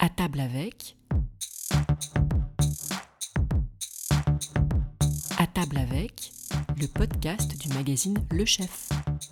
À table avec. À table avec, le podcast du magazine Le Chef.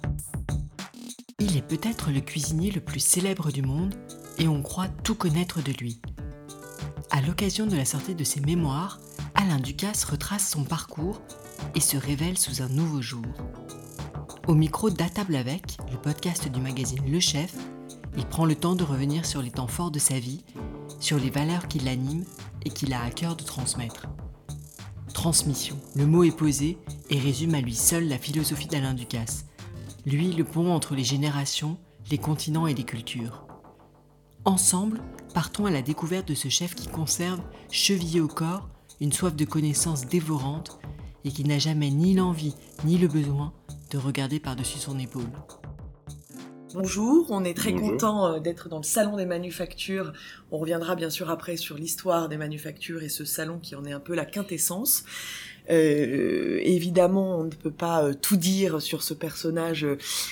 Il est peut-être le cuisinier le plus célèbre du monde et on croit tout connaître de lui. À l'occasion de la sortie de ses mémoires, Alain Ducasse retrace son parcours et se révèle sous un nouveau jour. Au micro d'À table avec, le podcast du magazine Le Chef, il prend le temps de revenir sur les temps forts de sa vie, sur les valeurs qui l'animent et qu'il a à cœur de transmettre. Transmission, le mot est posé et résume à lui seul la philosophie d'Alain Ducasse. Lui, le pont entre les générations, les continents et les cultures. Ensemble, partons à la découverte de ce chef qui conserve, chevillé au corps, une soif de connaissance dévorante et qui n'a jamais ni l'envie ni le besoin de regarder par-dessus son épaule. Bonjour, on est très content d'être dans le salon des manufactures. On reviendra bien sûr après sur l'histoire des manufactures et ce salon qui en est un peu la quintessence. Évidemment, on ne peut pas tout dire sur ce personnage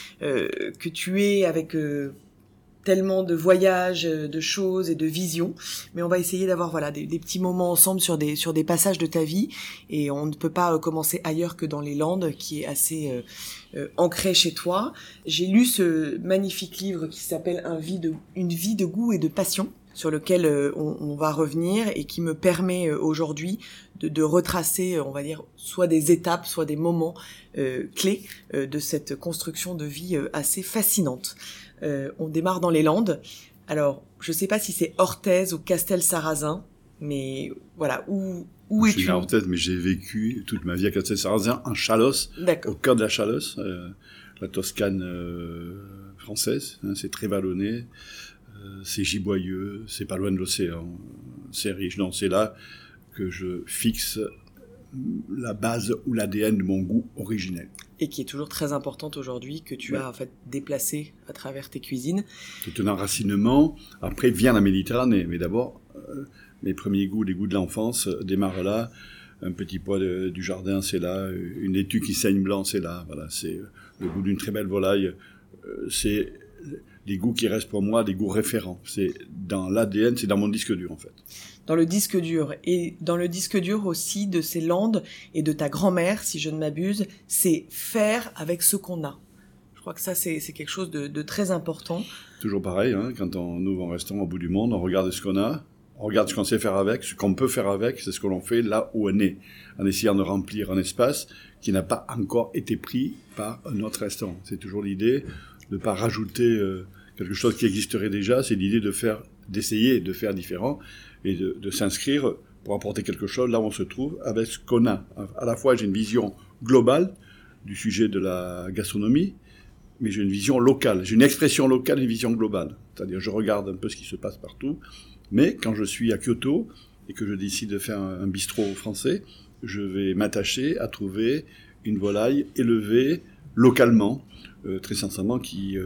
que tu es avec tellement de voyages, de choses et de visions, mais on va essayer d'avoir des petits moments ensemble sur des passages de ta vie, et on ne peut pas commencer ailleurs que dans les Landes, qui est assez ancré chez toi. J'ai lu ce magnifique livre qui s'appelle Une vie de goût et de passion, sur lequel on va revenir et qui me permet aujourd'hui de retracer, on va dire, soit des étapes, soit des moments clés de cette construction de vie assez fascinante. On démarre dans les Landes. Alors, je ne sais pas si c'est Orthez ou Castelsarrasin, mais voilà, où es-tu ? Je suis né à Orthez, mais j'ai vécu toute ma vie à Castelsarrasin, en Chalosse, au cœur de la Chalosse, la Toscane française. C'est très vallonné, c'est giboyeux, c'est pas loin de l'océan, c'est riche. Non, c'est là que je fixe la base ou l'ADN de mon goût originel. Et qui est toujours très importante aujourd'hui, que tu as en fait déplacée à travers tes cuisines. C'est un enracinement. Après vient la Méditerranée, mais d'abord mes premiers goûts, les goûts de l'enfance démarrent là. Un petit pois du jardin, c'est là. Une laitue qui saigne blanc, c'est là. Voilà, c'est le goût d'une très belle volaille. C'est les goûts qui restent pour moi des goûts référents. C'est dans l'ADN, c'est dans mon disque dur en fait. Dans le disque dur, et dans le disque dur aussi de ces Landes et de ta grand-mère, si je ne m'abuse, c'est faire avec ce qu'on a. Je crois que ça, c'est quelque chose de très important. Toujours pareil, quand on ouvre un restaurant au bout du monde, on regarde ce qu'on a, on regarde ce qu'on sait faire avec, ce qu'on peut faire avec, c'est ce que l'on fait là où on est, en essayant de remplir un espace qui n'a pas encore été pris par un autre restaurant. C'est toujours l'idée de ne pas rajouter quelque chose qui existerait déjà, c'est l'idée d'essayer de faire différent, et de s'inscrire pour apporter quelque chose là où on se trouve avec ce qu'on a. À la fois, j'ai une vision globale du sujet de la gastronomie, mais j'ai une vision locale. J'ai une expression locale et une vision globale. C'est-à-dire, je regarde un peu ce qui se passe partout, mais quand je suis à Kyoto et que je décide de faire un bistrot français, je vais m'attacher à trouver une volaille élevée localement, très sincèrement,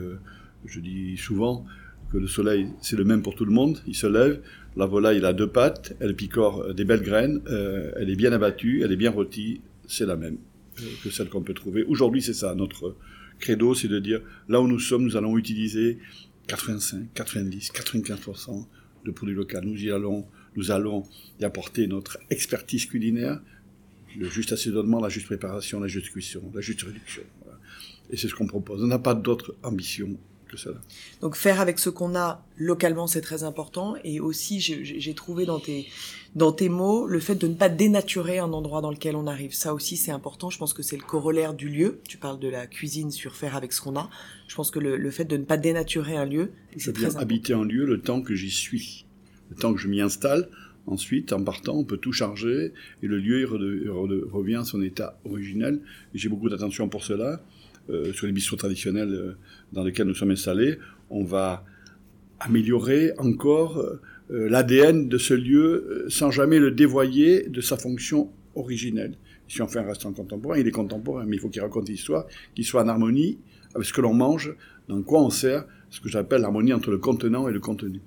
je dis souvent que le soleil, c'est le même pour tout le monde, il se lève, la volaille, elle a 2 pattes, elle picore des belles graines, elle est bien abattue, elle est bien rôtie, c'est la même que celle qu'on peut trouver. Aujourd'hui, c'est ça, notre credo, c'est de dire, là où nous sommes, nous allons utiliser 85, 90, 95% de produits locaux. Nous allons y apporter notre expertise culinaire, le juste assaisonnement, la juste préparation, la juste cuisson, la juste réduction. Voilà. Et c'est ce qu'on propose. On n'a pas d'autre ambition que cela. Donc faire avec ce qu'on a localement, c'est très important. Et aussi, j'ai trouvé dans tes mots le fait de ne pas dénaturer un endroit dans lequel on arrive. Ça aussi, c'est important. Je pense que c'est le corollaire du lieu. Tu parles de la cuisine sur faire avec ce qu'on a. Je pense que le fait de ne pas dénaturer un lieu, c'est très important. Habiter un lieu le temps que j'y suis, le temps que je m'y installe. Ensuite, en partant, on peut tout charger et le lieu revient à son état originel. Et j'ai beaucoup d'attention pour cela. Sur les bistrots traditionnels dans lesquels nous sommes installés, on va améliorer encore l'ADN de ce lieu sans jamais le dévoyer de sa fonction originelle. Si on fait un restaurant contemporain, il est contemporain, mais il faut qu'il raconte l'histoire, qu'il soit en harmonie avec ce que l'on mange, dans quoi on sert, ce que j'appelle l'harmonie entre le contenant et le contenu.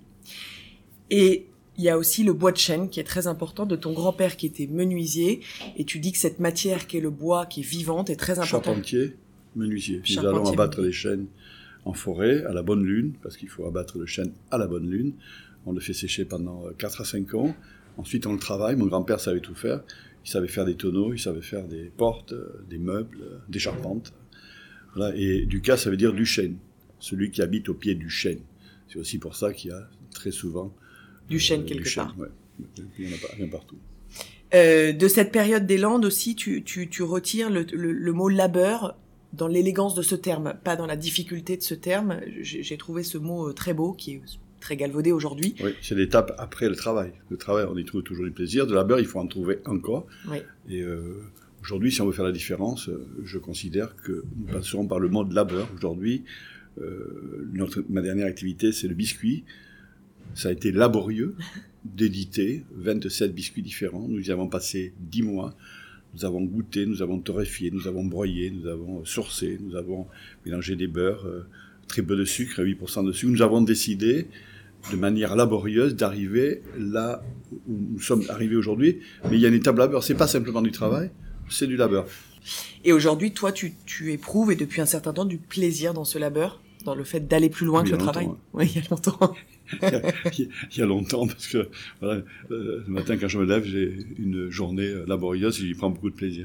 Et il y a aussi le bois de chêne qui est très important, de ton grand-père qui était menuisier, et tu dis que cette matière qui est le bois, qui est vivante, est très importante. Charpentier, menuisier. Nous allons abattre les chênes en forêt, à la bonne lune, parce qu'il faut abattre le chêne à la bonne lune. On le fait sécher pendant 4 à 5 ans. Ensuite, on le travaille. Mon grand-père savait tout faire. Il savait faire des tonneaux, il savait faire des portes, des meubles, des charpentes. Voilà. Et Ducas, ça veut dire du chêne. Celui qui habite au pied du chêne. C'est aussi pour ça qu'il y a très souvent du chêne quelque part. Ouais. Il y en a pas, rien partout. De cette période des Landes aussi, tu retires le mot labeur dans l'élégance de ce terme, pas dans la difficulté de ce terme. J'ai trouvé ce mot très beau, qui est très galvaudé aujourd'hui. Oui, c'est l'étape après le travail. Le travail, on y trouve toujours du plaisir. De labeur, il faut en trouver encore. Oui. Et aujourd'hui, si on veut faire la différence, je considère que nous passerons par le mot de labeur. Aujourd'hui, ma dernière activité, c'est le biscuit. Ça a été laborieux d'éditer 27 biscuits différents. Nous y avons passé 10 mois. Nous avons goûté, nous avons torréfié, nous avons broyé, nous avons sourcé, nous avons mélangé des beurres, très peu de sucre, 8% de sucre. Nous avons décidé, de manière laborieuse, d'arriver là où nous sommes arrivés aujourd'hui. Mais il y a une étape labeur. C'est pas simplement du travail, c'est du labeur. Et aujourd'hui, toi, tu éprouves, et depuis un certain temps, du plaisir dans ce labeur, dans le fait d'aller plus loin que le travail. Oui, il y a longtemps. Il y a longtemps, parce que voilà, le matin, quand je me lève, j'ai une journée laborieuse et j'y prends beaucoup de plaisir.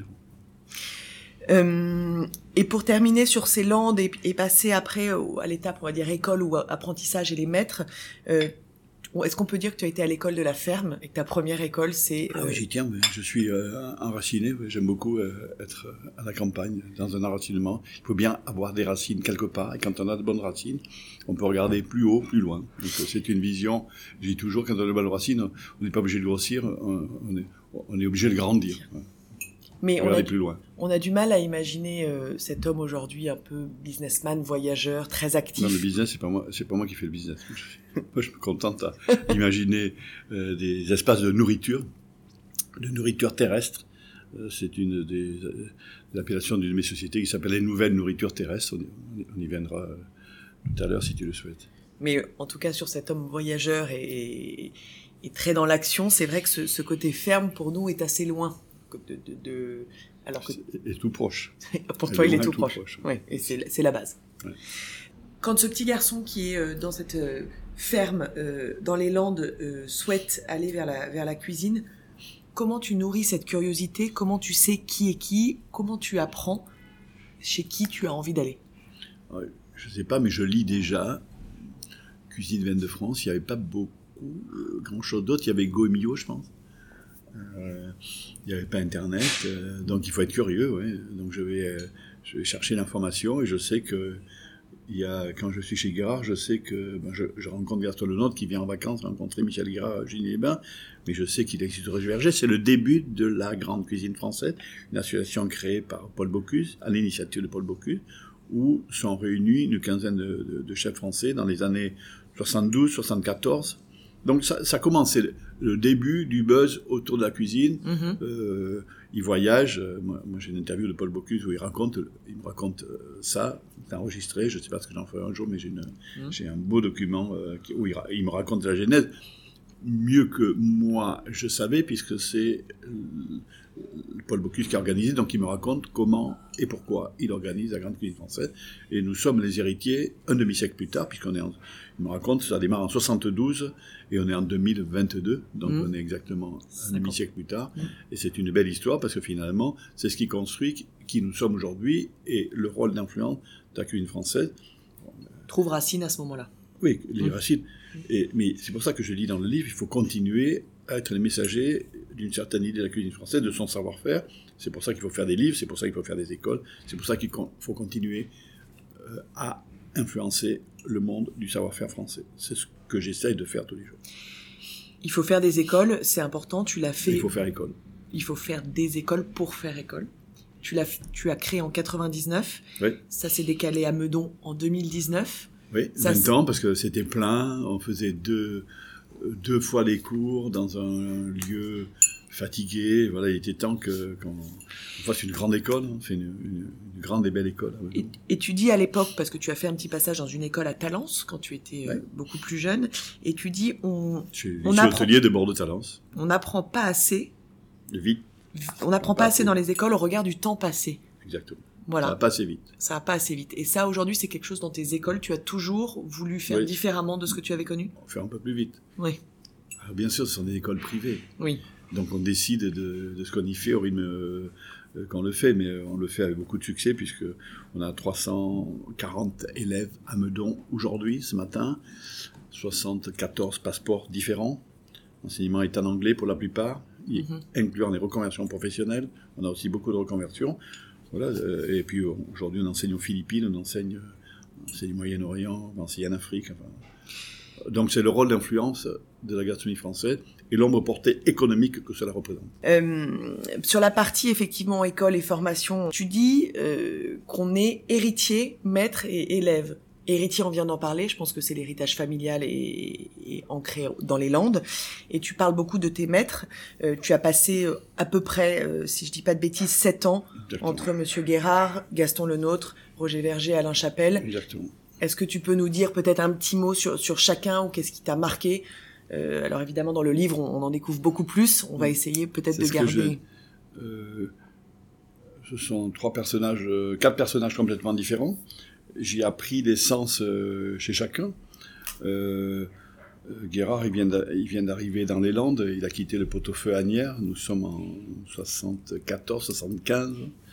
Et pour terminer sur ces Landes et passer après à l'étape, on va dire, école ou apprentissage et les maîtres, est-ce qu'on peut dire que tu as été à l'école de la ferme et que ta première école, c'est... Ah oui, j'y tiens, mais je suis enraciné. J'aime beaucoup être à la campagne, dans un enracinement. Il faut bien avoir des racines quelque part. Et quand on a de bonnes racines, on peut regarder plus haut, plus loin. Donc c'est une vision. Je dis toujours, quand on a de bonnes racines, on n'est pas obligé de grossir, on est obligé de grandir. Mais plus loin. On a du mal à imaginer cet homme aujourd'hui un peu businessman, voyageur, très actif. Non, le business, c'est pas moi qui fais le business. Moi, je me contente à imaginer des espaces de nourriture terrestre. C'est une des appellations d'une de mes sociétés qui s'appelle les nouvelles nourritures terrestres. On y viendra tout à l'heure si tu le souhaites. Mais en tout cas, sur cet homme voyageur et très dans l'action, c'est vrai que ce côté ferme pour nous est assez loin. Alors que... Et tout proche. Pour toi, il est tout proche. Oui, et c'est la base. Ouais. Quand ce petit garçon qui est dans cette ferme dans les Landes souhaite aller vers la cuisine, comment tu nourris cette curiosité? Comment tu sais qui est qui? Comment tu apprends chez qui tu as envie d'aller? Je ne sais pas, mais je lis déjà Cuisine Vin de France. Il n'y avait pas beaucoup, grand-chose d'autre. Il y avait Go et Millau, je pense. Il n'y avait pas Internet, donc il faut être curieux. Ouais. Donc je vais chercher l'information et je sais que quand je suis chez Guérard, je sais que je rencontre Gaston Lenôtre qui vient en vacances rencontrer Michel Guérard à Gigny-les-Bains, mais je sais qu'il existe au Verger. C'est le début de la grande cuisine française, une association créée par Paul Bocuse, à l'initiative de Paul Bocuse, où sont réunis une quinzaine de chefs français dans les années 72, 74. Donc ça commence, c'est le début du buzz autour de la cuisine. Mm-hmm. Il voyage. Moi, j'ai une interview de Paul Bocuse où il me raconte ça. C'est enregistré. Je ne sais pas ce que j'en ferai un jour, mais j'ai un beau document où il me raconte la genèse. Mieux que moi, je savais, puisque c'est Paul Bocuse qui a organisé, donc il me raconte comment et pourquoi il organise la grande cuisine française. Et nous sommes les héritiers un demi-siècle plus tard, il me raconte, ça démarre en 72 et on est en 2022, donc on est exactement un demi-siècle plus tard. Et c'est une belle histoire parce que finalement, c'est ce qui construit qui nous sommes aujourd'hui et le rôle d'influence de la cuisine française. Trouve racine à ce moment-là. Oui, les racines. Mais c'est pour ça que je dis dans le livre, il faut continuer à être les messagers d'une certaine idée de la cuisine française, de son savoir-faire. C'est pour ça qu'il faut faire des livres, c'est pour ça qu'il faut faire des écoles, c'est pour ça qu'il faut continuer à influencer le monde du savoir-faire français. C'est ce que j'essaye de faire tous les jours. Il faut faire des écoles, c'est important, tu l'as fait. Il faut faire école. Il faut faire des écoles pour faire école. Tu as créé en 99, oui. Ça s'est décalé à Meudon en 2019. Oui, 20 ans, parce que c'était plein, on faisait deux fois les cours dans un lieu fatigué. Voilà, il était temps qu'on fasse une grande école, hein. C'est une grande et belle école. Et tu dis à l'époque, parce que tu as fait un petit passage dans une école à Talence, quand tu étais beaucoup plus jeune, et tu dis, je suis hôtelier de bord de Talence. On n'apprend pas assez. Vite. On n'apprend pas assez dans les écoles au regard du temps passé. Exactement. Voilà. Ça va pas assez vite. Ça va pas assez vite. Et ça, aujourd'hui, c'est quelque chose dans tes écoles, tu as toujours voulu faire différemment de ce que tu avais connu? Faire un peu plus vite. Oui. Alors, bien sûr, ce sont des écoles privées. Oui. Donc on décide de ce qu'on y fait au rythme qu'on le fait, mais on le fait avec beaucoup de succès puisque on a 340 élèves à Meudon aujourd'hui, ce matin, 74 passeports différents. L'enseignement est en anglais pour la plupart, incluant les reconversions professionnelles. On a aussi beaucoup de reconversions. Voilà, et puis aujourd'hui on enseigne aux Philippines, on enseigne au Moyen-Orient, on enseigne en Afrique. Enfin. Donc c'est le rôle d'influence de la gastronomie française et l'ombre portée économique que cela représente. Sur la partie effectivement école et formation, tu dis qu'on est héritier, maître et élève. Héritier, on vient d'en parler, je pense que c'est l'héritage familial et ancré dans les Landes. Et tu parles beaucoup de tes maîtres. Tu as passé à peu près, si je dis pas de bêtises, 7 ans Exactement. entre Monsieur Guérard, Gaston Lenôtre, Roger Verger, Alain Chapelle. Exactement. Est-ce que tu peux nous dire peut-être un petit mot sur chacun ou qu'est-ce qui t'a marqué? Alors évidemment, dans le livre, on en découvre beaucoup plus. On va essayer peut-être de garder... Ce sont 4 personnages complètement différents. J'ai appris l'essence chez chacun. Guérard, il vient d'arriver dans les Landes. Il a quitté le pot-au-feu à Asnières. Nous sommes en 74, 75.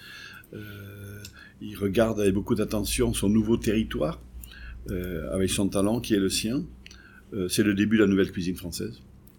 Il regarde avec beaucoup d'attention son nouveau territoire, avec son talent qui est le sien. C'est le début de la nouvelle cuisine française.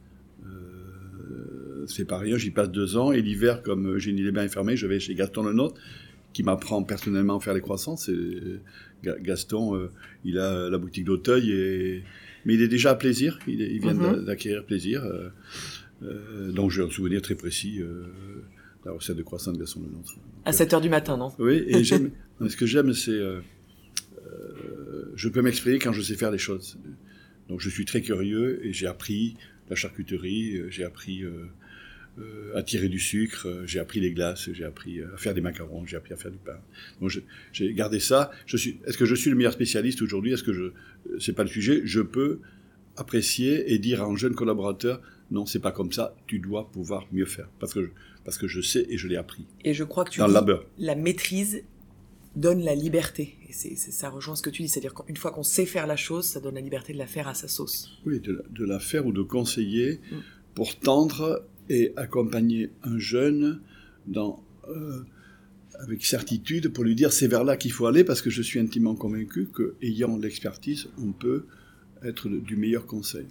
C'est pas rien, j'y passe 2 ans. Et l'hiver, comme Génie-les-Bains est fermé, je vais chez Gaston Lenôtre, qui m'apprend personnellement à faire les croissants. Gaston, il a la boutique d'Auteuil, mais il est déjà à plaisir. Il vient d'acquérir plaisir. Donc j'ai un souvenir très précis de la recette de croissants de Gaston Lenôtre. À 7h du matin, non? Oui, et ce que j'aime, c'est... je peux m'exprimer quand je sais faire les choses. Donc je suis très curieux et j'ai appris la charcuterie, j'ai appris à tirer du sucre, j'ai appris les glaces, j'ai appris à faire des macarons, j'ai appris à faire du pain. Donc j'ai gardé ça. Est-ce que je suis le meilleur spécialiste aujourd'hui? C'est pas le sujet. Je peux apprécier et dire à un jeune collaborateur, non, c'est pas comme ça, tu dois pouvoir mieux faire. Parce que je sais et je l'ai appris. Et je crois que tu dans dis, le labeur. La maîtrise donne la liberté. Et ça rejoint ce que tu dis. C'est-à-dire qu'une fois qu'on sait faire la chose, ça donne la liberté de la faire à sa sauce. Oui, de la faire ou de conseiller pour tendre et accompagner un jeune avec certitude pour lui dire c'est vers là qu'il faut aller parce que je suis intimement convaincu qu'ayant l'expertise, on peut être du meilleur conseil.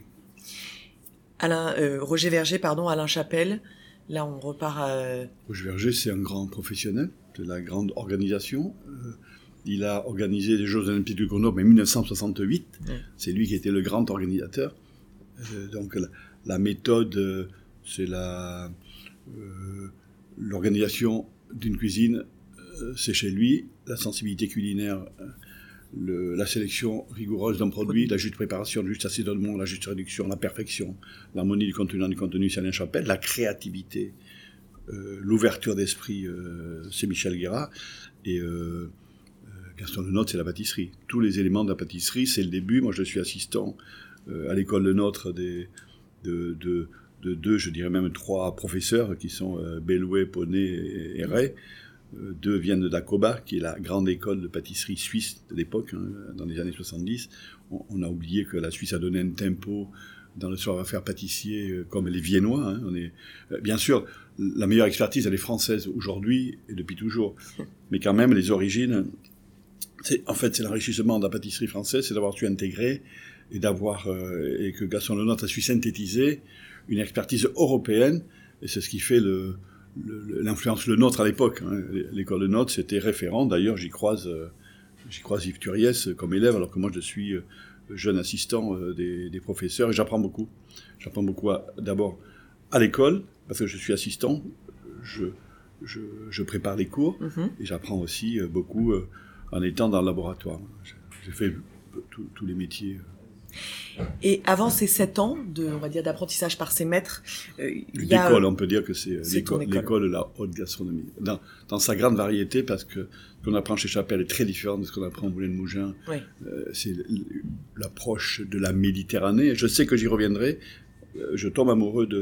Roger Verger, Alain Chapelle, là on repart à... Roger Verger, c'est un grand professionnel de la grande organisation. Il a organisé les Jeux Olympiques de Grenoble en 1968. C'est lui qui était le grand organisateur. Donc la méthode, c'est l'organisation d'une cuisine, c'est chez lui. La sensibilité culinaire, la sélection rigoureuse d'un produit, la juste préparation, le juste assaisonnement, la juste réduction, la perfection, l'harmonie du contenu, c'est Alain Chapelle, la créativité, l'ouverture d'esprit, c'est Michel Guérard, et Gaston Lenôtre, c'est la pâtisserie. Tous les éléments de la pâtisserie, c'est le début. Moi, je suis assistant à l'école Lenôtre de 2, je dirais même 3 professeurs qui sont Bellouet, Poney et Ray. 2 viennent de d'Acoba, qui est la grande école de pâtisserie suisse de l'époque, dans les années 70. On a oublié que la Suisse a donné un tempo dans le savoir-faire pâtissier comme les Viennois. Bien sûr, la meilleure expertise, elle est française aujourd'hui et depuis toujours. Mais quand même, les origines, c'est l'enrichissement de la pâtisserie française, c'est d'avoir su intégrer et et que Gaston Lenôtre a su synthétiser une expertise européenne. Et c'est ce qui fait l'influence Lenôtre à l'époque. L'école Lenôtre, c'était référent. D'ailleurs, j'y croise Yves Turiès comme élève, alors que moi, je suis jeune assistant des professeurs, et j'apprends beaucoup. J'apprends beaucoup d'abord à l'école, parce que je suis assistant, je prépare les cours, et j'apprends aussi beaucoup en étant dans le laboratoire. J'ai fait tous les métiers. Et avant ces 7 ans on va dire, d'apprentissage par ses maîtres, l'école, on peut dire que c'est l'école de la haute gastronomie. Dans sa grande variété, parce que ce qu'on apprend chez Chapelle est très différent de ce qu'on apprend au Moulin de Mougins. Oui. C'est l'approche de la Méditerranée. Je sais que j'y reviendrai. Je tombe amoureux de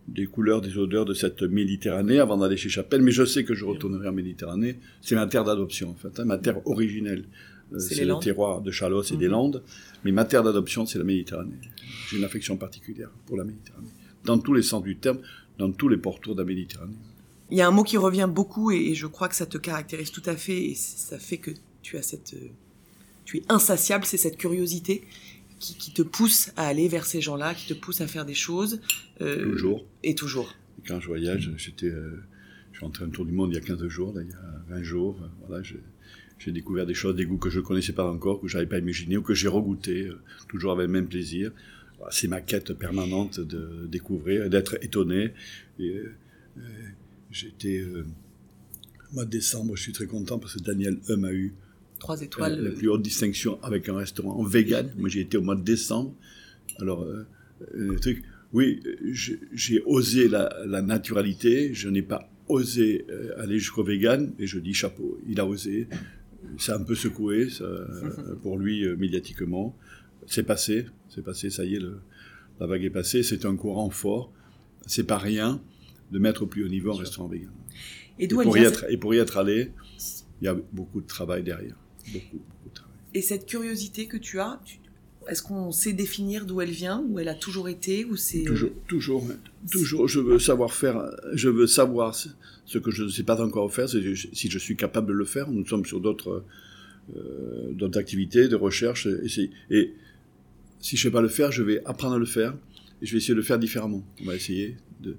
des couleurs, des odeurs de cette Méditerranée avant d'aller chez Chapelle, mais je sais que je retournerai en Méditerranée. C'est ma terre d'adoption, en fait, ma terre originelle. C'est le terroir de Chalosse et des Landes, mais ma terre d'adoption, c'est la Méditerranée. J'ai une affection particulière pour la Méditerranée, dans tous les sens du terme, dans tous les pourtours de la Méditerranée. Il y a un mot qui revient beaucoup, et je crois que ça te caractérise tout à fait, et ça fait que tu es insatiable, c'est cette curiosité qui te pousse à aller vers ces gens-là, qui te pousse à faire des choses. Toujours. Et toujours. Et quand je voyage, je suis rentré un tour du monde il y a 15 jours, là, il y a 20 jours. Voilà, j'ai découvert des choses, des goûts que je ne connaissais pas encore, que je n'avais pas imaginé, ou que j'ai regoûté, toujours avec le même plaisir. Voilà, c'est ma quête permanente de découvrir, d'être étonné. Et, j'étais au mois de décembre, je suis très content parce que Daniel m'a eu 3 étoiles. La plus haute distinction avec un restaurant vegan. Moi, j'ai été au mois de décembre. Alors, le truc, oui, j'ai osé la naturalité. Je n'ai pas osé aller jusqu'au vegan. Et je dis chapeau. Il a osé. Ça a un peu secoué pour lui médiatiquement. C'est passé, ça y est, la vague est passée. C'est un courant fort. C'est pas rien de mettre au plus haut niveau un restaurant vegan. Et pour y être allé, il y a beaucoup de travail derrière. Beaucoup de travail. Et cette curiosité que tu as, est-ce qu'on sait définir d'où elle vient, où elle a toujours été, ou c'est... Toujours. Je veux savoir faire, je veux savoir ce que je ne sais pas encore faire, si je suis capable de le faire. Nous sommes sur d'autres activités, de recherche, et si je ne sais pas le faire, je vais apprendre à le faire, et je vais essayer de le faire différemment. On va essayer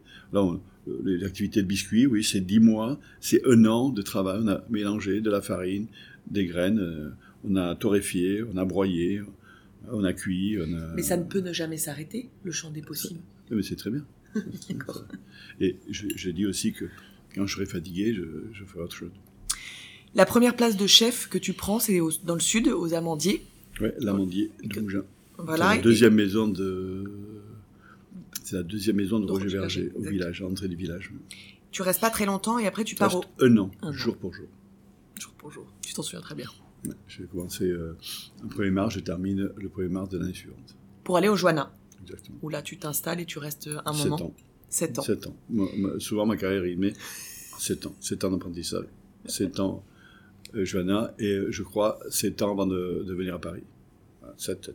les activités de biscuits, oui, c'est 10 mois, c'est 1 an de travail. On a mélangé de la farine, des graines, on a torréfié, on a broyé, on a cuit. Mais ça ne peut ne jamais s'arrêter, le champ des possibles. Mais c'est très bien. D'accord. Et je dis aussi que quand je serai fatigué, je ferai autre chose. La première place de chef que tu prends, c'est dans le sud, aux Amandiers. Oui, l'Amandier de Mougins. Voilà. C'est la deuxième maison de Roger Verger, au village, à l'entrée du village. Tu restes pas très longtemps et après tu pars au... 1 an, jour pour jour. Jour pour jour, tu t'en souviens très bien. Ouais, j'ai commencé le 1er mars, je termine le 1er mars de l'année suivante. Pour aller au Joanna. Exactement. Où là tu t'installes et tu restes un moment. 7 ans. 7 ans. Souvent ma carrière il met 7 ans. 7 ans d'apprentissage. 7 ans Joanna, et je crois 7 ans avant de venir à Paris. 7.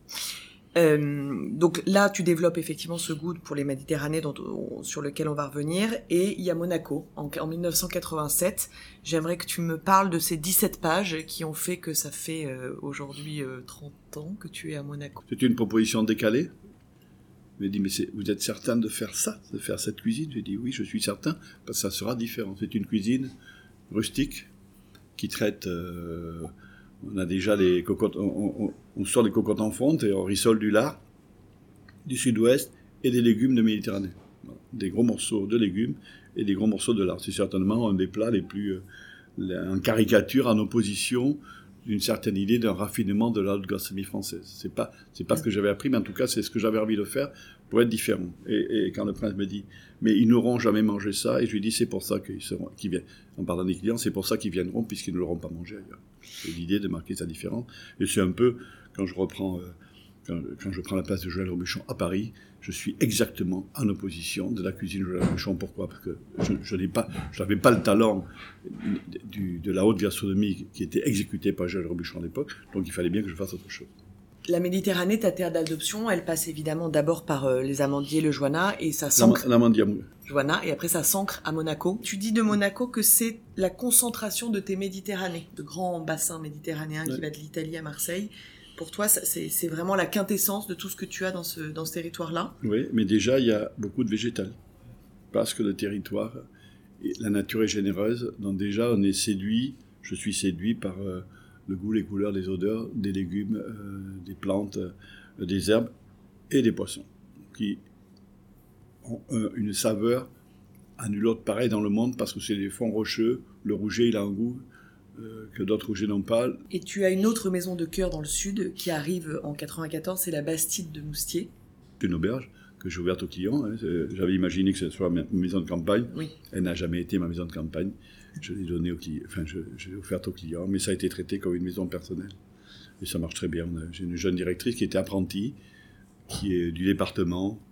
Donc là, tu développes effectivement ce goût pour les Méditerranées sur lequel on va revenir. Et il y a Monaco, en 1987. J'aimerais que tu me parles de ces 17 pages qui ont fait que ça fait aujourd'hui 30 ans que tu es à Monaco. C'est une proposition décalée. Il m'a dit, mais vous êtes certain de faire ça, de faire cette cuisine? J'ai dit, oui, je suis certain, parce que ça sera différent. C'est une cuisine rustique qui traite... on a déjà les cocottes, on sort les cocottes en fonte et on rissole du lard, du sud-ouest et des légumes de Méditerranée. Des gros morceaux de légumes et des gros morceaux de lard. C'est certainement un des plats les plus en caricature, en opposition d'une certaine idée d'un raffinement de la haute gastronomie française. C'est pas ce que j'avais appris, mais en tout cas, c'est ce que j'avais envie de faire pour être différent. Et quand le prince me dit, mais ils n'auront jamais mangé ça, et je lui dis, c'est pour ça qu'ils viennent. En parlant des clients, c'est pour ça qu'ils viendront, puisqu'ils ne l'auront pas mangé ailleurs. C'est l'idée de marquer sa différence. Et c'est un peu, quand je prends la place de Joël Robuchon à Paris, je suis exactement en opposition de la cuisine de Joël Robuchon. Pourquoi? Parce que je n'avais pas le talent de la haute gastronomie qui était exécutée par Joël Robuchon à l'époque, donc il fallait bien que je fasse autre chose. La Méditerranée, ta terre d'adoption, elle passe évidemment d'abord par les Amandiers, le Joanna, et ça s'ancre... Joanna, et après ça s'ancre à Monaco. Tu dis de Monaco que c'est la concentration de tes Méditerranées, de grands bassins méditerranéens qui va de l'Italie à Marseille. Pour toi, c'est vraiment la quintessence de tout ce que tu as dans ce territoire-là. Oui, mais déjà, il y a beaucoup de végétal. Parce que le territoire, la nature est généreuse, donc déjà, je suis séduit par... le goût, les couleurs, les odeurs, des légumes, des plantes, des herbes et des poissons, qui ont une saveur à nul autre pareil dans le monde, parce que c'est des fonds rocheux. Le rouget, il a un goût que d'autres rougets n'ont pas. Et tu as une autre maison de cœur dans le sud qui arrive en 94, c'est la Bastide de Moustier. C'est une auberge que j'ai ouverte aux clients. J'avais imaginé que ce soit ma maison de campagne. Oui. Elle n'a jamais été ma maison de campagne. Je l'ai donnée je l'ai offerte aux clients, mais ça a été traité comme une maison personnelle. Et ça marche très bien. J'ai une jeune directrice qui était apprentie, qui est du département,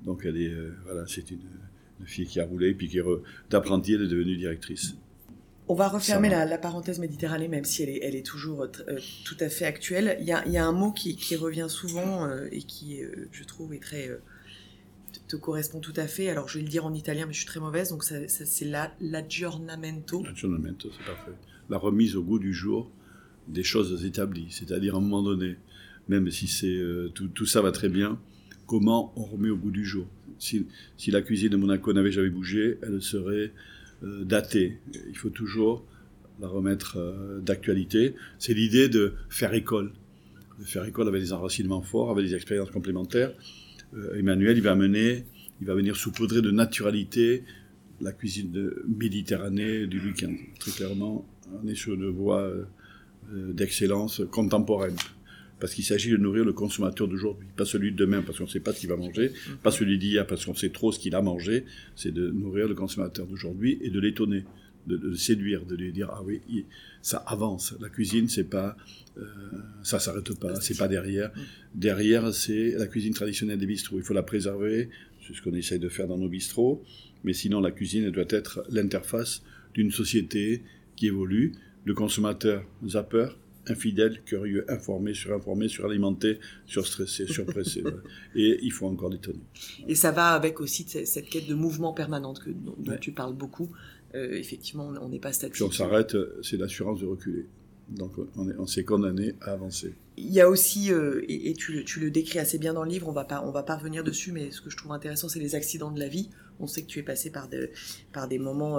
Donc c'est une fille qui a roulé, puis d'apprentie, elle est devenue directrice. On va refermer la parenthèse Méditerranée, même si elle est toujours tout à fait actuelle. Il y a un mot qui revient souvent et qui, je trouve, est très... te correspond tout à fait. Alors, je vais le dire en italien, mais je suis très mauvaise. Donc, c'est l'aggiornamento. L'aggiornamento, c'est parfait. La remise au goût du jour des choses établies. C'est-à-dire, à un moment donné, même si tout ça va très bien, comment on remet au goût du jour. Si la cuisine de Monaco n'avait jamais bougé, elle serait datée. Il faut toujours la remettre d'actualité. C'est l'idée de faire école. De faire école avec des enracinements forts, avec des expériences complémentaires. Emmanuel, il va venir saupoudrer de naturalité la cuisine de Méditerranée du week-end. Très clairement, on est sur une voie d'excellence contemporaine. Parce qu'il s'agit de nourrir le consommateur d'aujourd'hui, pas celui de demain parce qu'on ne sait pas ce qu'il va manger, pas celui d'hier parce qu'on sait trop ce qu'il a mangé, c'est de nourrir le consommateur d'aujourd'hui et de l'étonner, de le séduire, de lui dire « Ah oui, ça avance, la cuisine, c'est pas, ça s'arrête pas, c'est pas derrière. Derrière, c'est la cuisine traditionnelle des bistrots, il faut la préserver, c'est ce qu'on essaye de faire dans nos bistrots, mais sinon la cuisine elle doit être l'interface d'une société qui évolue, le consommateur zapper, infidèle, curieux, informé, suralimenté, surstressé, surpressé. Et il faut encore détonner. Et ça va avec aussi cette quête de mouvement permanente dont tu parles beaucoup. Effectivement, on n'est pas statique. Si on s'arrête, c'est l'assurance de reculer. Donc on s'est condamné à avancer. Il y a aussi, et tu le décris assez bien dans le livre, on va pas revenir dessus, mais ce que je trouve intéressant, c'est les accidents de la vie. On sait que tu es passé par des moments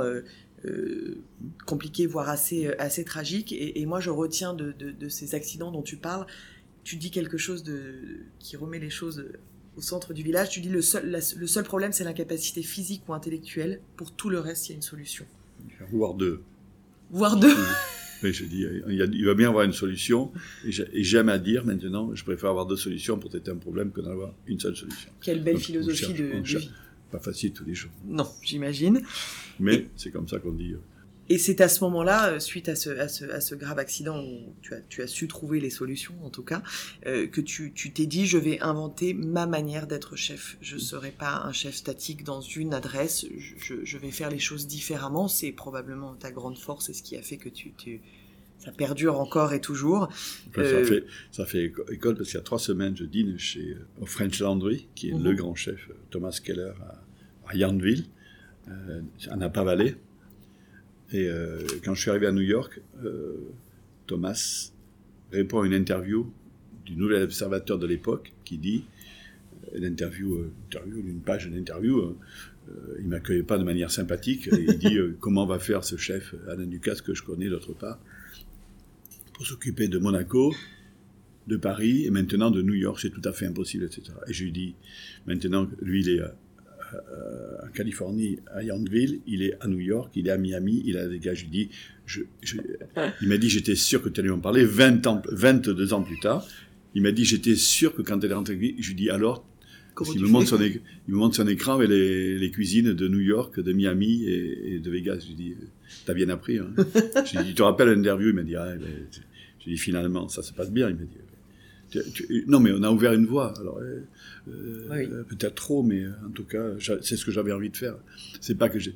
compliqués, voire assez tragiques. Et moi, je retiens de ces accidents dont tu parles, tu dis quelque chose qui remet les choses au centre du village. Tu dis le seul problème, c'est l'incapacité physique ou intellectuelle. Pour tout le reste, il y a une solution. Voire deux. Voire deux. Oui, je dis, il va bien avoir une solution. Et j'aime à dire maintenant, je préfère avoir deux solutions pour traiter un problème que d'avoir une seule solution. Quelle belle philosophie de vie. Pas facile tous les jours. Non, j'imagine. Mais c'est comme ça qu'on dit. Et c'est à ce moment-là, suite à ce grave accident où tu as su trouver les solutions, en tout cas, que tu t'es dit, je vais inventer ma manière d'être chef. Je ne serai pas un chef statique dans une adresse, je vais faire les choses différemment. C'est probablement ta grande force et ce qui a fait que ça perdure encore et toujours. Ça fait école parce qu'il y a 3 semaines, je dîne au French Laundry, qui est le grand chef, Thomas Keller, à Yountville, à Napa Valley. Et quand je suis arrivé à New York, Thomas répond à une interview du Nouvel Observateur de l'époque qui dit, une page d'interview, il ne m'accueillait pas de manière sympathique, et il dit comment va faire ce chef Alain Ducasse que je connais d'autre part pour s'occuper de Monaco, de Paris et maintenant de New York, c'est tout à fait impossible, etc. Et je lui dis, maintenant, lui il est en Californie, à Yountville, il est à New York, il est à Miami, il a des gars, je lui dis, il m'a dit, j'étais sûr que tu allais m'en parler, 22 ans plus tard, il m'a dit, j'étais sûr que quand elle est rentrée, je lui dis, alors, il me montre son écran avec les cuisines de New York, de Miami et de Vegas, je lui dis, t'as bien appris, hein. Je lui dis, tu te rappelles l'interview, il m'a dit, je lui dis, finalement, ça se passe bien, il m'a dit, non, mais on a ouvert une voie. Alors, oui. Peut-être trop, mais en tout cas, c'est ce que j'avais envie de faire. C'est pas que j'ai.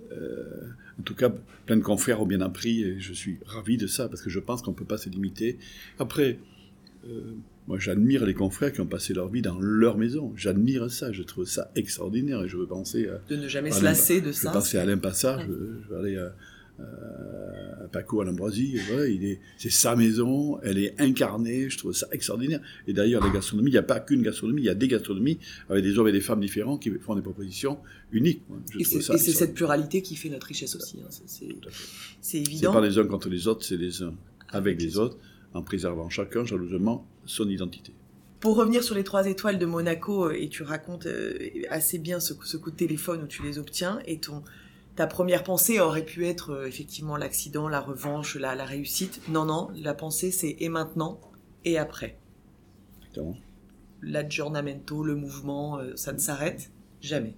En tout cas, plein de confrères ont bien appris et je suis ravi de ça parce que je pense qu'on peut pas se limiter. Après, moi, j'admire les confrères qui ont passé leur vie dans leur maison. J'admire ça. Je trouve ça extraordinaire et je veux penser de ne jamais se lasser de ça. Je veux penser à Alain Passard. Je vais aller à Paco à l'Ambroisie, voilà, c'est sa maison, elle est incarnée, je trouve ça extraordinaire. Et d'ailleurs, la gastronomie, il n'y a pas qu'une gastronomie, il y a des gastronomies avec des hommes et des femmes différents qui font des propositions uniques. Et c'est cette pluralité qui fait notre richesse aussi. Hein. C'est évident. C'est pas les uns contre les autres, c'est les uns avec les autres, en préservant chacun jalousement son identité. Pour revenir sur les 3 étoiles de Monaco, et tu racontes assez bien ce coup de téléphone où tu les obtiens, et ta première pensée aurait pu être effectivement l'accident, la revanche, la réussite. Non, la pensée c'est et maintenant et après. Exactement. L'aggiornamento, le mouvement, ça ne s'arrête jamais.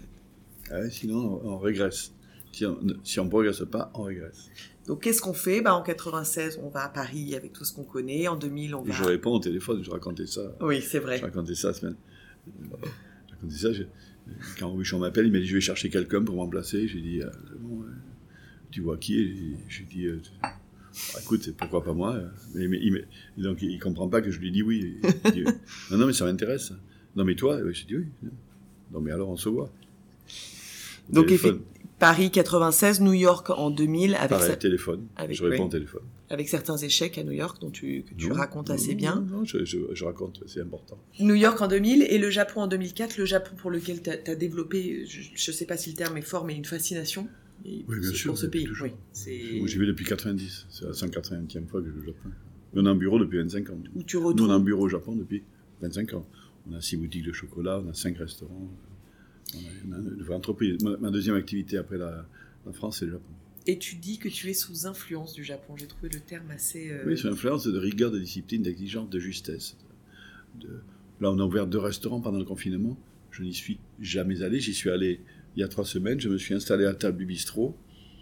Sinon on régresse. Si on ne progresse pas, on régresse. Donc qu'est-ce qu'on fait ? En 96, on va à Paris avec tout ce qu'on connaît. En 2000, on va... Je réponds au téléphone, je racontais ça. Oui, c'est vrai. Je racontais ça la semaine. Quand c'est ça, quand Ruchon m'appelle, il m'a dit je vais chercher quelqu'un pour m'emplacer. J'ai dit bon, tu vois qui? J'ai dit écoute, pourquoi pas moi? Donc il comprend pas que je lui dis oui. Il dit, non mais ça m'intéresse. Non mais toi? J'ai dit oui. Non mais alors on se voit. Donc Paris 96, New York en 2000 avec téléphone. Je réponds au téléphone. Avec certains échecs à New York que tu racontes assez bien. Non, je raconte, c'est important. New York en 2000 et le Japon en 2004, le Japon pour lequel tu as développé, je ne sais pas si le terme est fort, mais une fascination. Oui, bien sûr. Pour ce pays. Oui, moi, j'y vais depuis 90, c'est la 180e fois que je vais au Japon. On a un bureau depuis 25 ans. Où tu retrouves... Nous, on a un bureau au Japon depuis 25 ans. On a 6 boutiques de chocolat, on a 5 restaurants. On a une vraie entreprise. Ma deuxième activité après la France, c'est le Japon. Et tu dis que tu es sous influence du Japon. J'ai trouvé le terme assez... Oui, sous influence de rigueur, de discipline, d'exigence, de justesse. Là, on a ouvert 2 restaurants pendant le confinement. Je n'y suis jamais allé. J'y suis allé il y a 3 semaines. Je me suis installé à la table du bistrot.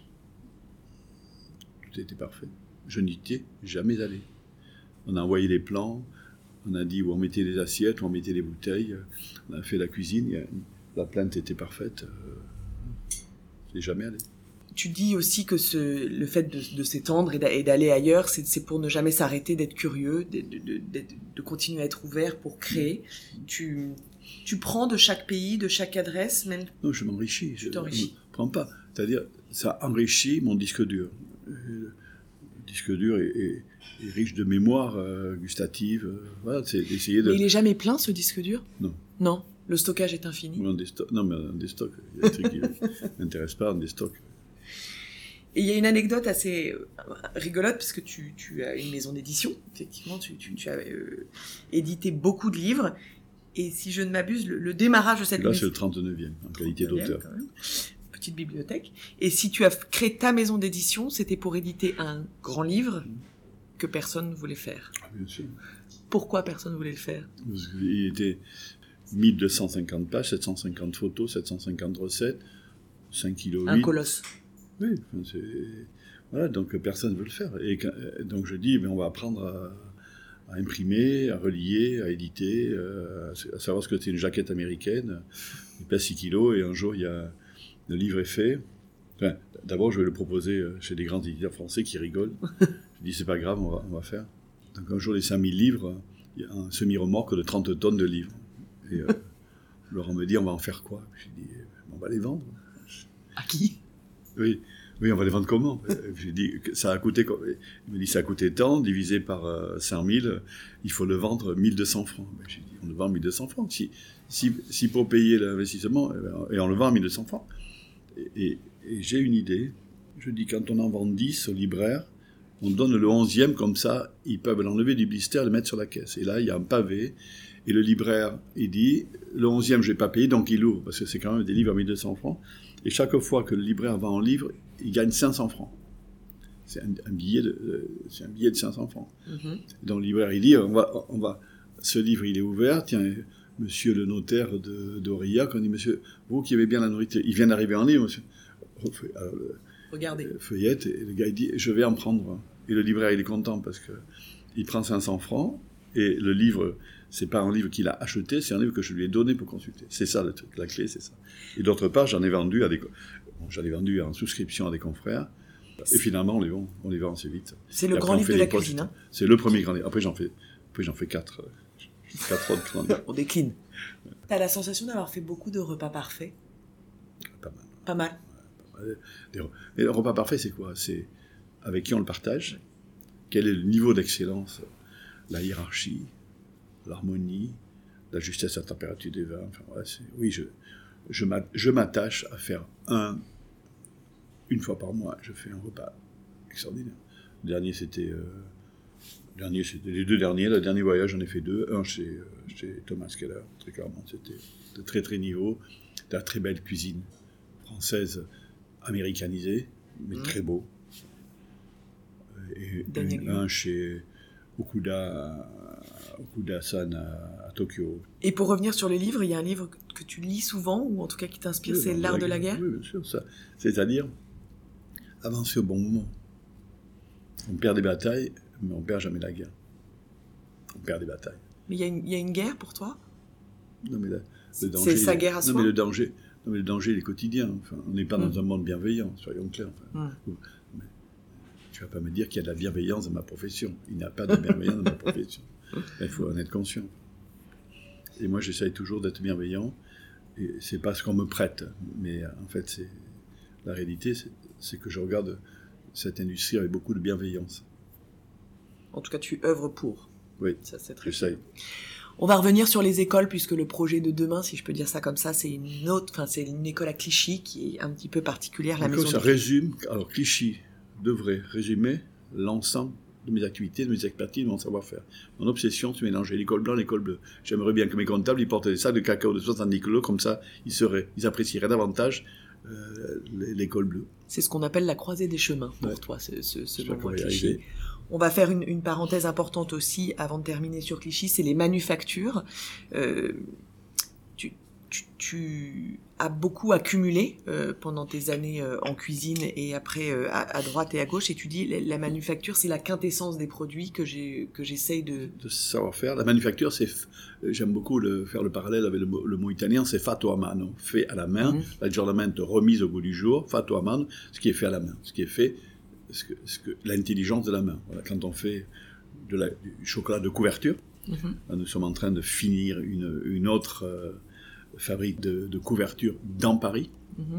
Tout était parfait. Je n'y étais jamais allé. On a envoyé les plans. On a dit où on mettait les assiettes, où on mettait les bouteilles. On a fait la cuisine. La plante était parfaite. Je n'ai jamais allé. Tu dis aussi que le fait de s'étendre et d'aller ailleurs, c'est pour ne jamais s'arrêter, d'être curieux, de continuer à être ouvert pour créer. Tu prends de chaque pays, de chaque adresse, même... Non, je m'enrichis. Tu t'enrichis. Je ne prends pas. C'est-à-dire, ça enrichit mon disque dur. Le disque dur est riche de mémoire gustative. Voilà, c'est d'essayer de... Mais il n'est jamais plein, ce disque dur? Non. Non, le stockage est infini. Non, mais on déstocke. Il y a des trucs qui ne m'intéressent pas, on déstocke. Et il y a une anecdote assez rigolote, parce que tu as une maison d'édition. Effectivement, tu as édité beaucoup de livres. Et si je ne m'abuse, le démarrage de cette maison... maison... Là, c'est le 39e, en qualité d'auteur. Petite bibliothèque. Et si tu as créé ta maison d'édition, c'était pour éditer un grand livre que personne ne voulait faire. Ah, bien sûr. Pourquoi personne ne voulait le faire? Parce qu'il était 1250 pages, 750 photos, 750 recettes, 5 kg. Un colosse. Oui, voilà, donc personne ne veut le faire. Et donc je dis, on va apprendre à imprimer, à relier, à éditer, à savoir ce que c'est une jaquette américaine. Il pèse 6 kilos et un jour, le livre est fait. Enfin, d'abord, je vais le proposer chez des grands éditeurs français qui rigolent. Je dis, c'est pas grave, on va faire. Donc un jour, les 5000 livres, il y a un semi-remorque de 30 tonnes de livres. Et Laurent me dit, on va en faire quoi? Je dis, on va les vendre. À qui? Oui, on va les vendre comment? J'ai dit, ça a coûté... Il me dit, ça a coûté tant, divisé par 5000, il faut le vendre 1200 francs. J'ai dit, on le vend 1200 francs. Si pour payer l'investissement, et on le vend à 1200 francs. Et j'ai une idée. Je dis, quand on en vend 10 au libraire, on donne le 11e, comme ça, ils peuvent l'enlever du blister et le mettre sur la caisse. Et là, il y a un pavé. Et le libraire, il dit, le 11e, je ne vais pas payer, donc il ouvre, parce que c'est quand même des livres à 1200 francs. Et chaque fois que le libraire vend un livre, il gagne 500 francs. C'est un billet de 500 francs. Mm-hmm. Donc le libraire, il dit, ce livre, il est ouvert, tiens, monsieur le notaire d'Aurillac, on dit, monsieur, vous qui aimez bien la nourriture, il vient d'arriver un livre, monsieur. Alors, regardez. Feuillette, et le gars, il dit, je vais en prendre un. Et le libraire, il est content parce que il prend 500 francs, et le livre, c'est pas un livre qu'il a acheté, c'est un livre que je lui ai donné pour consulter. C'est ça le truc, la clé, c'est ça. Et d'autre part, j'en ai vendu en souscription à des confrères, et finalement, on les vend assez vite. C'est le grand livre de la cuisine, hein? C'est le premier grand livre. Après, j'en fais 4 autres. On décline. T'as la sensation d'avoir fait beaucoup de repas parfaits? Pas mal. Mais le repas parfait, c'est quoi? C'est avec qui on le partage, quel est le niveau d'excellence, la hiérarchie, l'harmonie, la justesse à la température des vins. Enfin, voilà, oui, je m'attache à faire une fois par mois, je fais un repas extraordinaire. Le dernier, c'était les 2 derniers. Le dernier voyage, j'en ai fait 2. Un chez Thomas Keller, très clairement. C'était de très très niveau, de la très belle cuisine française américanisée, mais très beau. Et un chez Okuda-san à Tokyo. Et pour revenir sur les livres, il y a un livre que tu lis souvent, ou en tout cas qui t'inspire, c'est L'art de la guerre. Oui, bien sûr, ça. C'est-à-dire avancer au bon moment. On perd des batailles, mais on perd jamais la guerre. On perd des batailles. Mais il y a une guerre pour toi? Non, mais C'est sa guerre à soi. Non, mais le danger, il est quotidien. Enfin, on n'est pas dans un monde bienveillant, soyons clairs. Enfin, tu ne vas pas me dire qu'il y a de la bienveillance dans ma profession. Il n'y a pas de bienveillance dans ma profession. Il faut en être conscient. Et moi, j'essaye toujours d'être bienveillant. Et c'est pas ce qu'on me prête. Mais en fait, la réalité, c'est que je regarde cette industrie avec beaucoup de bienveillance. En tout cas, tu œuvres pour. Oui, ça, c'est très j'essaye. On va revenir sur les écoles, puisque le projet de demain, si je peux dire ça comme ça, c'est c'est une école à Clichy qui est un petit peu particulière. Ça résume. Alors, Clichy devrait résumer l'ensemble de mes activités, de mes expertises, de mon savoir-faire. Mon obsession, c'est mélanger l'école blanche et l'école bleue. J'aimerais bien que mes comptables, ils portent des sacs de cacao de 70 kilos, comme ça, ils apprécieraient davantage l'école bleue. C'est ce qu'on appelle la croisée des chemins pour toi, ce moment Clichy. Arriver. On va faire une parenthèse importante aussi avant de terminer sur Clichy, c'est les manufactures. Tu as beaucoup accumulé pendant tes années en cuisine et après à droite et à gauche, et tu dis la manufacture, c'est la quintessence des produits que j'essaye de savoir-faire. La manufacture, j'aime beaucoup faire le parallèle avec le mot italien, c'est fatto a mano, fait à la main, l'aggiornamento remise au goût du jour, fatto a mano, ce qui est fait à la main, ce qui est fait, l'intelligence de la main. Voilà, quand on fait du chocolat de couverture, là, nous sommes en train de finir une autre fabrique de couverture dans Paris.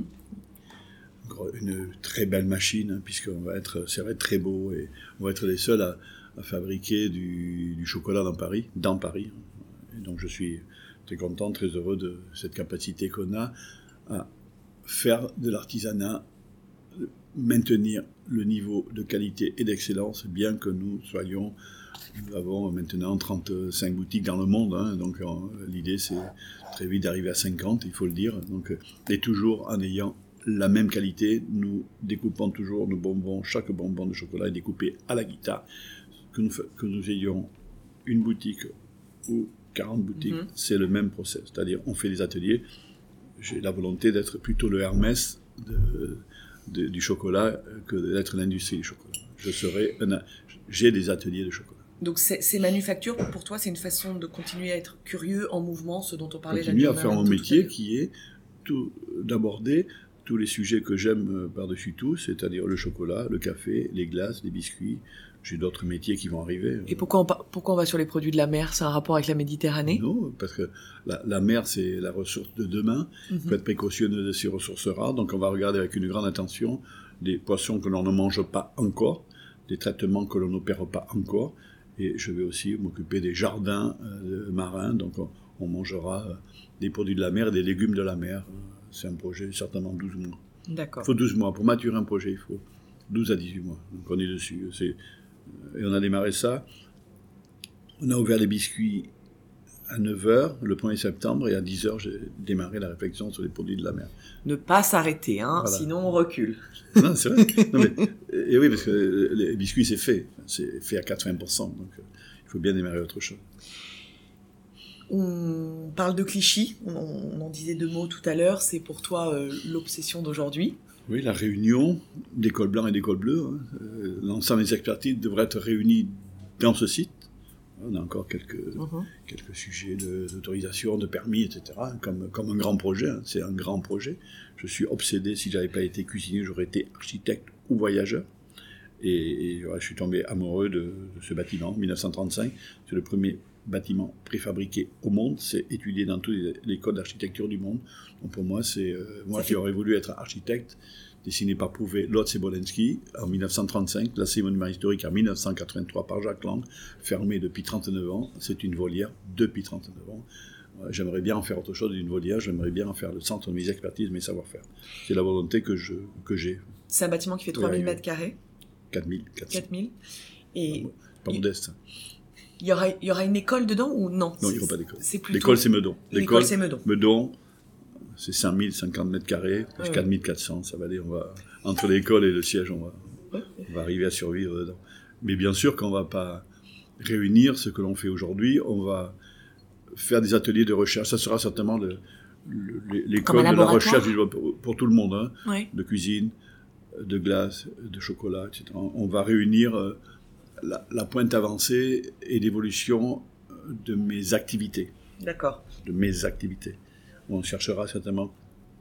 Une très belle machine, puisque ça va être très beau, et on va être les seuls à fabriquer du chocolat dans Paris. Et donc je suis très content, très heureux de cette capacité qu'on a à faire de l'artisanat, maintenir le niveau de qualité et d'excellence, bien que nous avons maintenant 35 boutiques dans le monde, donc l'idée c'est très vite d'arriver à 50, il faut le dire, donc, et toujours en ayant la même qualité. Nous découpons toujours nos bonbons, chaque bonbon de chocolat est découpé à la guitare, que nous ayons une boutique ou 40 boutiques, c'est le même process, c'est-à-dire on fait des ateliers. J'ai la volonté d'être plutôt le Hermès du chocolat que d'être l'industrie du chocolat. J'ai des ateliers de chocolat. Donc ces manufactures, pour toi, c'est une façon de continuer à être curieux, en mouvement, ce dont on parlait. Continuer à faire mon métier qui est d'aborder tous les sujets que j'aime par-dessus tout, c'est-à-dire le chocolat, le café, les glaces, les biscuits. J'ai d'autres métiers qui vont arriver. Et pourquoi on va sur les produits de la mer? C'est un rapport avec la Méditerranée? Non, parce que la mer, c'est la ressource de demain. Il faut être précautionneux de ces ressources rares. Donc on va regarder avec une grande attention des poissons que l'on ne mange pas encore, des traitements que l'on n'opère pas encore. Et je vais aussi m'occuper des jardins marins. Donc on mangera des produits de la mer et des légumes de la mer. C'est un projet, certainement 12 mois. D'accord. Il faut 12 mois. Pour maturer un projet, il faut 12 à 18 mois. Donc on est dessus. Et on a démarré ça. On a ouvert les biscuits à 9h le 1er septembre, et à 10h, j'ai démarré la réflexion sur les produits de la mer. Ne pas s'arrêter, voilà. Sinon on recule. Non, c'est vrai. Et oui, parce que les biscuits, c'est fait à 80%, donc il faut bien démarrer autre chose. On parle de Clichy, on en disait 2 mots tout à l'heure, c'est pour toi l'obsession d'aujourd'hui. Oui, la réunion d'écoles blancs et d'écoles bleues. L'ensemble des expertises devraient être réunies dans ce site. On a encore quelques sujets d'autorisation, de permis, etc. Comme un grand projet. C'est un grand projet. Je suis obsédé. Si je n'avais pas été cuisinier, j'aurais été architecte ou voyageur. Et je suis tombé amoureux de ce bâtiment. 1935, c'est le premier bâtiment préfabriqué au monde. C'est étudié dans tous les codes d'architecture du monde. Donc pour moi, c'est moi qui aurais voulu être architecte, dessiné par Prouvé, Lotz et Bolensky en 1935, classé monument historique en 1983 par Jacques Lang, fermé depuis 39 ans. C'est une volière depuis 39 ans. J'aimerais bien en faire autre chose d'une volière, j'aimerais bien en faire le centre de mes expertises, mes savoir-faire. C'est la volonté que j'ai. C'est un bâtiment qui fait 3000 mètres carrés. 4000. Et pas modeste. Il y aura une école dedans ou non? Non, il n'y aura pas d'école. Plutôt... L'école, c'est Meudon. L'école, c'est Meudon. Meudon, c'est 5050 mètres carrés, plus 4400, ça va aller. Entre l'école et le siège, on va arriver à survivre dedans. Mais bien sûr qu'on ne va pas réunir ce que l'on fait aujourd'hui, on va faire des ateliers de recherche. Ça sera certainement l'école de la recherche pour tout le monde, de cuisine, de glace, de chocolat, etc. On va réunir la pointe avancée et l'évolution de mes activités. D'accord. De mes activités. on cherchera certainement.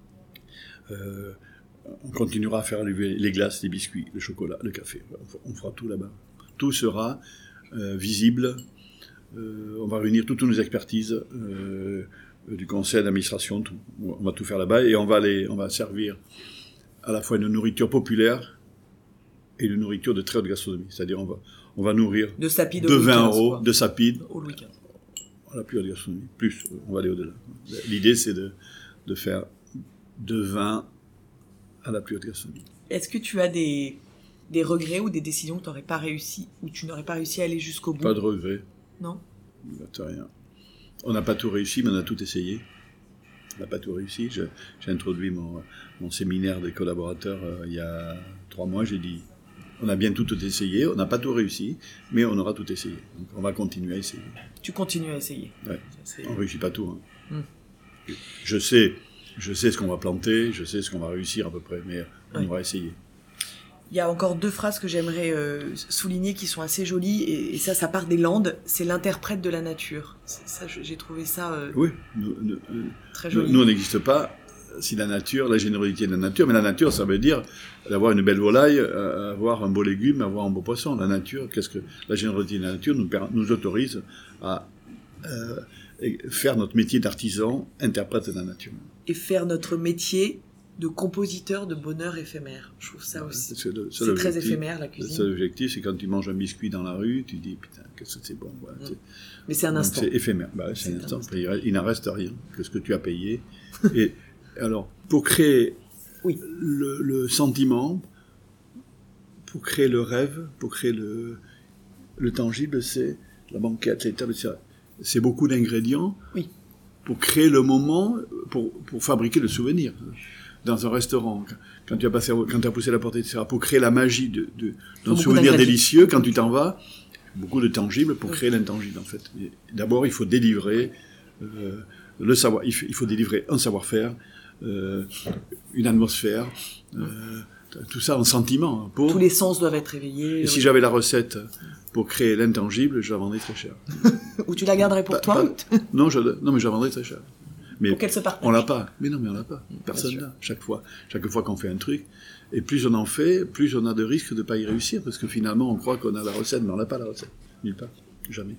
On continuera à faire les glaces, les biscuits, le chocolat, le café. On fera tout là-bas. Tout sera visible. On va réunir toutes nos expertises du conseil d'administration. Tout. On va tout faire là-bas et on va servir à la fois une nourriture populaire et une nourriture de très haute gastronomie. C'est-à-dire on va nourrir de sapide de 20 euros, de sapide au Louis XV. À la plus haute gastronomie. Plus, on va aller au-delà. L'idée, c'est de faire de vin à la plus haute gastronomie. Est-ce que tu as des regrets ou des décisions que tu n'aurais pas réussi, ou tu n'aurais pas réussi à aller jusqu'au bout? Pas de regrets. Non? T'as rien. On n'a pas tout réussi, mais on a tout essayé. On n'a pas tout réussi. J'ai introduit mon séminaire des collaborateurs il y a 3 mois. J'ai dit, on a bien tout essayé, on n'a pas tout réussi, mais on aura tout essayé. Donc on va continuer à essayer. Tu continues à essayer. Ouais. On ne réussit pas tout. Hein. Je sais ce qu'on va planter, je sais ce qu'on va réussir à peu près, mais on va essayer. Il y a encore 2 phrases que j'aimerais souligner qui sont assez jolies, et ça part des Landes. C'est l'interprète de la nature. Ça, j'ai trouvé ça oui, très joli. Nous, on n'existe pas si la générosité de la nature, mais la nature, ça veut dire d'avoir une belle volaille, avoir un beau légume, avoir un beau poisson. La nature, la générosité de la nature nous autorise à faire notre métier d'artisan, interprète de la nature. Et faire notre métier de compositeur de bonheur éphémère. Je trouve ça aussi. C'est très éphémère, la cuisine. Le seul objectif, c'est quand tu manges un biscuit dans la rue, tu dis, putain, qu'est-ce que c'est bon. Voilà, mais c'est un instant. C'est éphémère. C'est un instant. Il n'en reste rien que ce que tu as payé. Et alors, pour créer le sentiment, pour créer le rêve, pour créer le tangible, c'est la banquette, les tables, c'est beaucoup d'ingrédients pour créer le moment, pour fabriquer le souvenir. Dans un restaurant, quand tu as poussé la porte, etc., pour créer la magie d'un souvenir délicieux, quand tu t'en vas, beaucoup de tangibles pour créer l'intangible, en fait. Et d'abord, il faut délivrer le savoir, il faut délivrer un savoir-faire, une atmosphère, tout ça en sentiment. Tous les sens doivent être éveillés. Et si j'avais la recette pour créer l'intangible, je la vendrais très cher. Ou tu la garderais pour toi? Non, mais je la vendrais très cher. Mais pour qu'elle se partage. On l'a pas. Mais non, mais on l'a pas. Personne n'a. Chaque fois qu'on fait un truc, et plus on en fait, plus on a de risques de pas y réussir, parce que finalement, on croit qu'on a la recette, mais on n'a pas la recette. Nulle part. Jamais.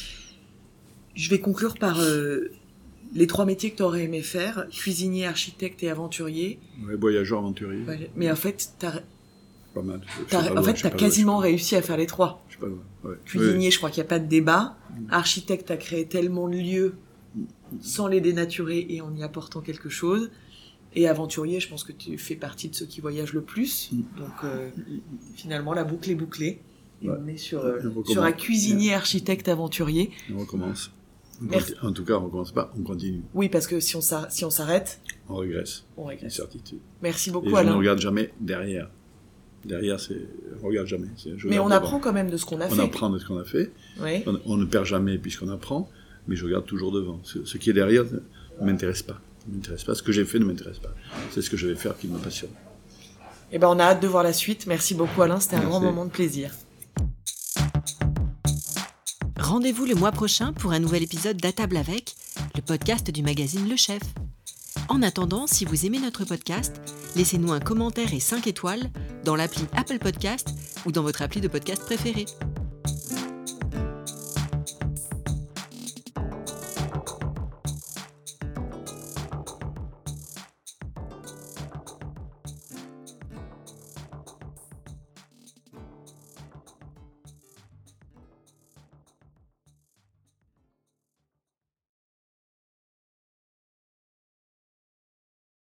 Je vais conclure par les 3 métiers que tu aurais aimé faire: cuisinier, architecte et aventurier. Ouais, voyageur, aventurier. Ouais, mais en fait, pas mal. T'as quasiment réussi à faire les 3. Je suis pas loin. Ouais. Cuisinier, je crois qu'il n'y a pas de débat. Architecte, t'as créé tellement de lieux sans les dénaturer et en y apportant quelque chose. Et aventurier, je pense que tu fais partie de ceux qui voyagent le plus. Donc, finalement, la boucle est bouclée. Et on est sur un cuisinier, architecte, aventurier. On recommence. En tout cas, on recommence pas, on continue. Oui, parce que si on s'arrête... On régresse. Une certitude. Merci beaucoup, Alain. Et je ne regarde jamais derrière. Derrière, on regarde jamais. Mais on apprend quand même de ce qu'on a fait. On apprend de ce qu'on a fait. Oui. On ne perd jamais puisqu'on apprend, mais je regarde toujours devant. Ce qui est derrière ne m'intéresse pas. Ce que j'ai fait ne m'intéresse pas. C'est ce que je vais faire qui me passionne. Eh ben, on a hâte de voir la suite. Merci beaucoup, Alain. C'était un grand moment de plaisir. Rendez-vous le mois prochain pour un nouvel épisode d'À table avec, le podcast du magazine Le Chef. En attendant, si vous aimez notre podcast, laissez-nous un commentaire et 5 étoiles dans l'appli Apple Podcast ou dans votre appli de podcast préférée.